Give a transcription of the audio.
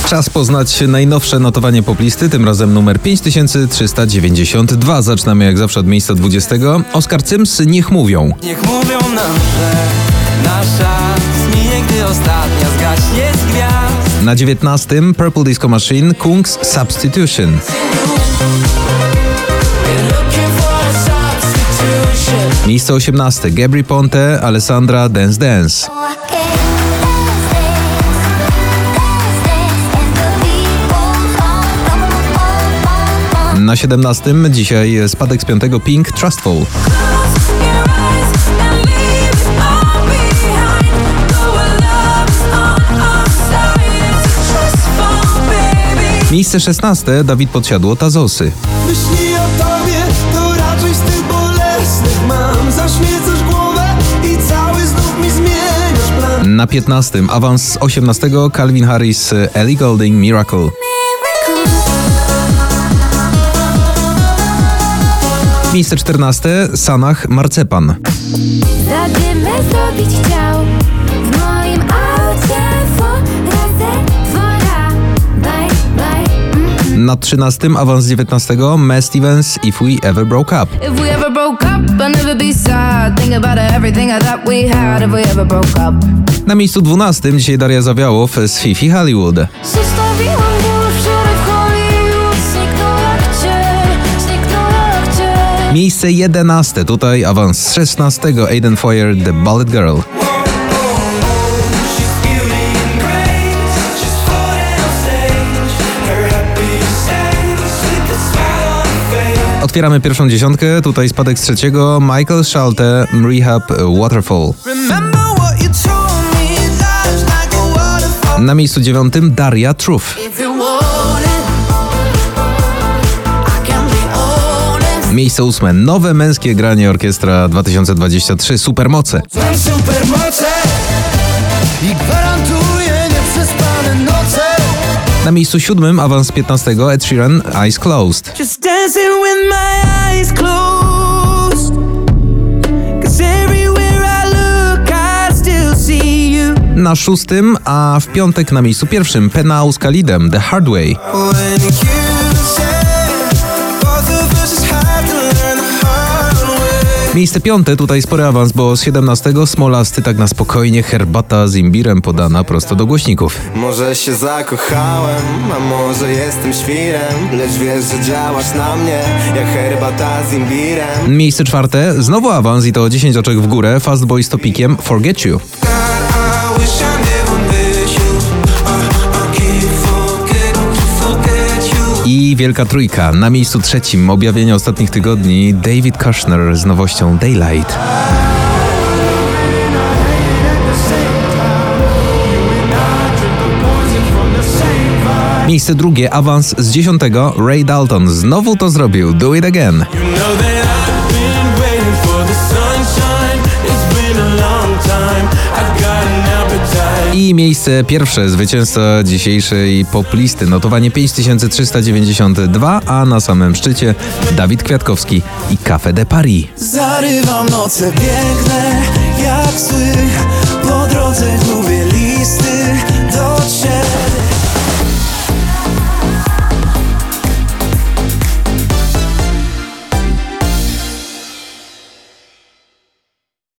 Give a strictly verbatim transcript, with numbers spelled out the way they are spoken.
Czas poznać najnowsze notowanie poplisty, tym razem numer pięć tysięcy trzysta dziewięćdziesiąt dwa. Zaczynamy jak zawsze od miejsca dwudziestego. Oscar Sims, Niech mówią. Niech mówią nam, że nasza zmije, gdy ostatnia zgaśnie z gwiazd. Na dziewiętnastym Purple Disco Machine, Kungs, Substitution. Miejsce osiemnaste Gabry Ponte, Alessandra, Dance Dance. Na siedemnastym dzisiaj spadek z piątego Pink, Trustful. Miejsce szesnaste Dawid Podsiadło, Tazosy. Myśli o tobie, to raczej z tych bolesnych mam. Zaśmiecasz głowę i cały znów mi zmieniasz plan. Na piętnastym awans z osiemnastego Calvin Harris, Ellie Goulding, Miracle. Miejsce czternaste Sanach, Marcepan. Zadymę zrobić chciał w moim aucie razem dwora. Bye, bye. Mm. Na trzynastym awans z dziewiętnastego Matt Stevens, If We Ever Broke Up. If we ever broke up, I'll never be sad. Think about everything I thought we had. If we ever broke up. Na miejscu dwunastym dzisiaj Daria Zawiałow z Fifi Hollywood. Zostawiłam ból wczoraj w Hollywood. Zniknął jak cień, zniknął jak cień. Miejsce jedenaste tutaj awans z szesnastego Aiden Foyer, The Bullet Girl. Otwieramy pierwszą dziesiątkę, tutaj spadek z trzeciego Michael Schulte, Rehab, Waterfall. Na miejscu dziewiątym Daria, Truth. Miejsce ósme nowe męskie granie Orkiestra dwa tysiące dwadzieścia trzy, Supermoce. Mam supermoce i gwarantuję nieprzespane noce. Na miejscu siódmym awans z piętnastego Ed Sheeran, Eyes Closed. Just dancing with my eyes closed. 'Cause everywhere I look I still see you. Na szóstym, a w piątek na miejscu pierwszym Penał z Khalidem, The Hard Way. When you say both of us just have to learn the hard way. Miejsce piąte, tutaj spory awans, bo z siedemnastego Smolasty, Tak na spokojnie, herbata z imbirem podana prosto do głośników. Może się zakochałem, a może jestem świrem, lecz wiesz, że działasz na mnie jak herbata z imbirem. Miejsce czwarte, znowu awans i to dziesięć oczek w górę, Fastboy z Topikiem, Forget You. I wish I never met you. I, I can't forget, forget you. I wielka trójka, na miejscu trzecim, objawienie ostatnich tygodni, David Kushner z nowością Daylight. Miejsce drugie, awans z dziesiątego, Ray Dalton znowu to zrobił, Do It Again. You know that I've been waiting for the sunshine. It's been a long time. I've got an appetite. I miejsce pierwsze, zwycięzca dzisiejszej poplisty, notowanie pięć tysięcy trzysta dziewięćdziesiąt dwa, a na samym szczycie Dawid Kwiatkowski i Café de Paris. Zarywam noce piękne